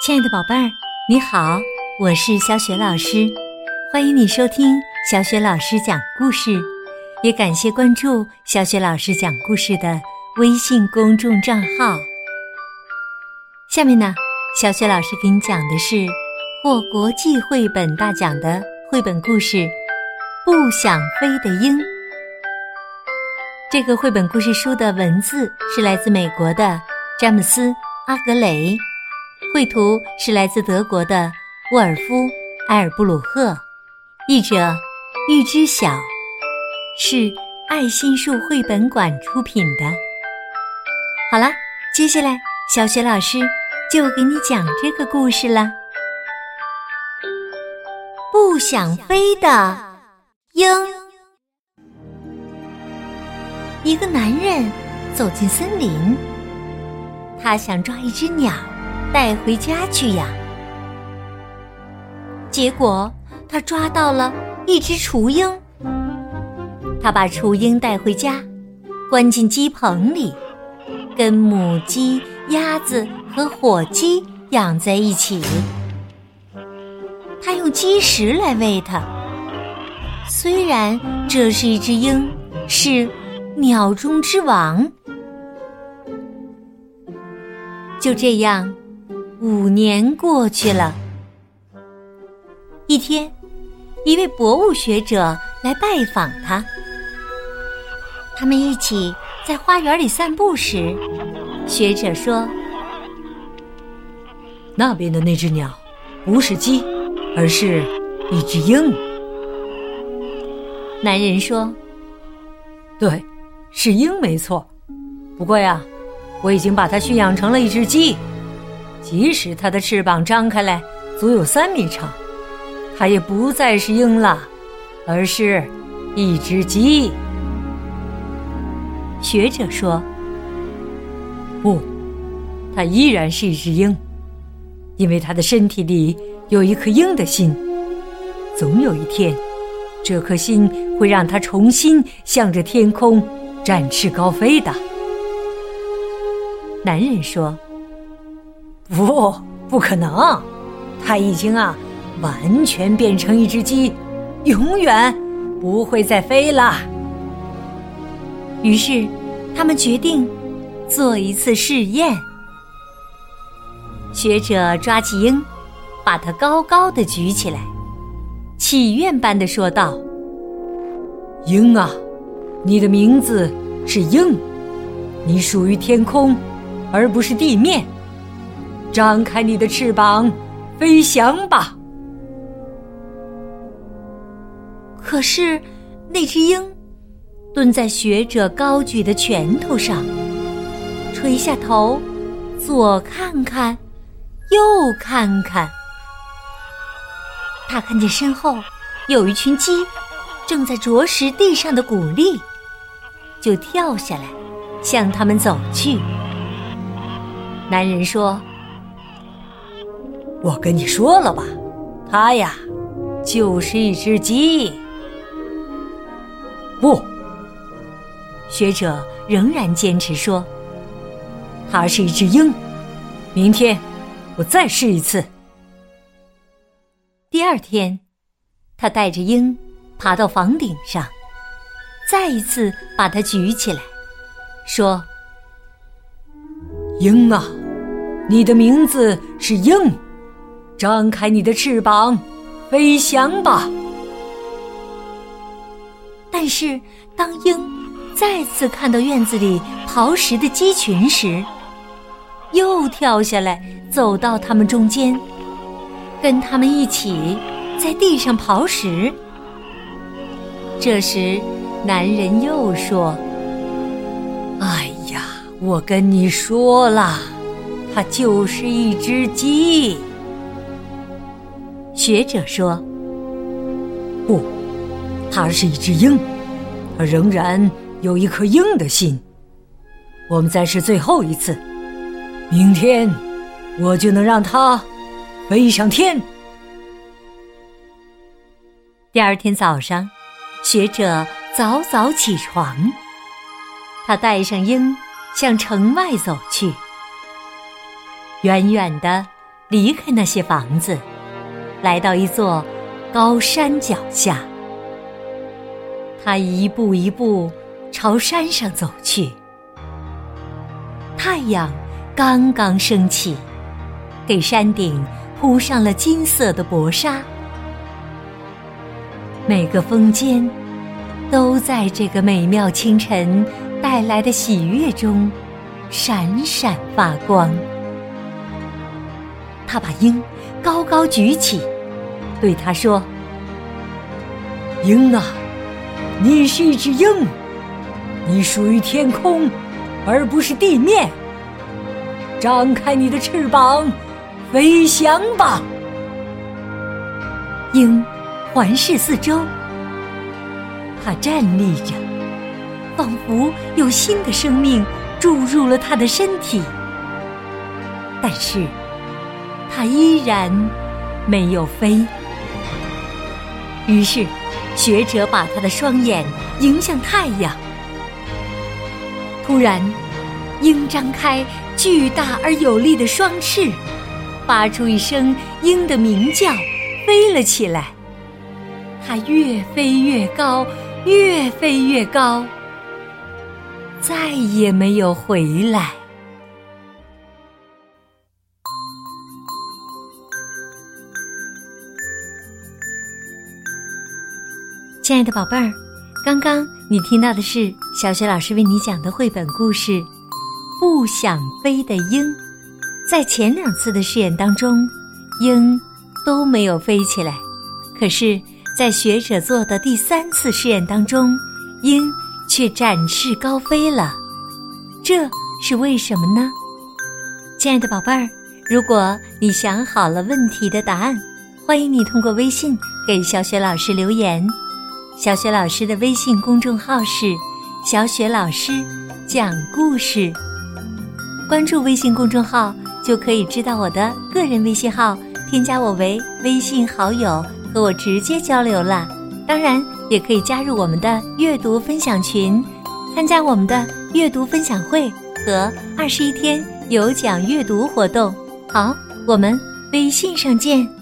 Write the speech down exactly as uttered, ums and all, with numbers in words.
亲爱的宝贝儿，你好，我是小雪老师，欢迎你收听小雪老师讲故事，也感谢关注小雪老师讲故事的微信公众账号。下面呢，小雪老师给你讲的是获国际绘本大奖的绘本故事《不想飞的鹰》。这个绘本故事书的文字是来自美国的詹姆斯·阿格雷，绘图是来自德国的沃尔夫·埃尔布鲁赫，译者玉知晓，是爱心树绘本馆出品的。好了，接下来小雪老师就给你讲这个故事了。不想飞的鹰。一个男人走进森林，他想抓一只鸟带回家去养，结果他抓到了一只雏鹰。他把雏鹰带回家，关进鸡棚里，跟母鸡、鸭子和火鸡养在一起。他用鸡食来喂它。虽然这是一只鹰，是鸟中之王。就这样，五年过去了。一天，一位博物学者来拜访他。他们一起在花园里散步时，学者说：“ 那边的那只鸟不是鸡，而是一只鹰。” 男人说：“ 对，是鹰没错。不过呀，我已经把它驯养成了一只鸡，即使它的翅膀张开来足有三米长，它也不再是鹰了，而是一只鸡。” 学者说：“ 不，它依然是一只鹰，因为它的身体里有一颗鹰的心。总有一天，这颗心会让它重新向着天空展翅高飞的。” 男人说：“ 不，不可能，它已经啊，完全变成一只鸡，永远不会再飞了。” 于是，他们决定做一次试验。学者抓起鹰，把它高高地举起来，祈愿般地说道：“ 鹰啊，你的名字是鹰，你属于天空，而不是地面。张开你的翅膀，飞翔吧！” 可是，那只鹰蹲在学者高举的拳头上，垂下头，左看看，右看看。他看见身后有一群鸡正在啄食地上的谷粒，就跳下来向他们走去。男人说：“ 我跟你说了吧，它呀，就是一只鸡。”不， 学者仍然坚持说：“ 它是一只鹰。明天我再试一次。” 第二天，他带着鹰爬到房顶上，再一次把它举起来，说：“ 鹰啊，你的名字是鹰，张开你的翅膀，飞翔吧！” 但是，当鹰再次看到院子里刨食的鸡群时，又跳下来，走到他们中间，跟他们一起在地上刨食。这时，男人又说：“ 哎呀，我跟你说了，它就是一只鸡。” 学者说：“ 不，它是一只鹰，它仍然有一颗鹰的心。我们再试最后一次，明天我就能让它飞上天。” 第二天早上，学者早早起床，他带上鹰向城外走去。远远的离开那些房子，来到一座高山脚下。他一步一步朝山上走去。太阳刚刚升起，给山顶铺上了金色的薄纱。每个峰尖都在这个美妙清晨带来的喜悦中闪闪发光。他把鹰高高举起，对他说： 鹰啊，你是一只鹰，你属于天空，而不是地面。张开你的翅膀，飞翔吧！ 鹰环视四周，它站立着，仿佛有新的生命注入了它的身体。但是它依然没有飞。于是学者把他的双眼迎向太阳。突然，鹰张开巨大而有力的双翅，发出一声鹰的鸣叫，飞了起来。它越飞越高，越飞越高，再也没有回来。亲爱的宝贝儿，刚刚你听到的是小雪老师为你讲的绘本故事《不想飞的鹰》。在前两次的试验当中，鹰都没有飞起来，可是在学者做的第三次试验当中，鹰却展翅高飞了。这是为什么呢？亲爱的宝贝儿，如果你想好了问题的答案，欢迎你通过微信给小雪老师留言。小雪老师的微信公众号是小雪老师讲故事，关注微信公众号就可以知道我的个人微信号，添加我为微信好友，和我直接交流了。当然也可以加入我们的阅读分享群，参加我们的阅读分享会和二十一天有奖阅读活动。好，我们微信上见。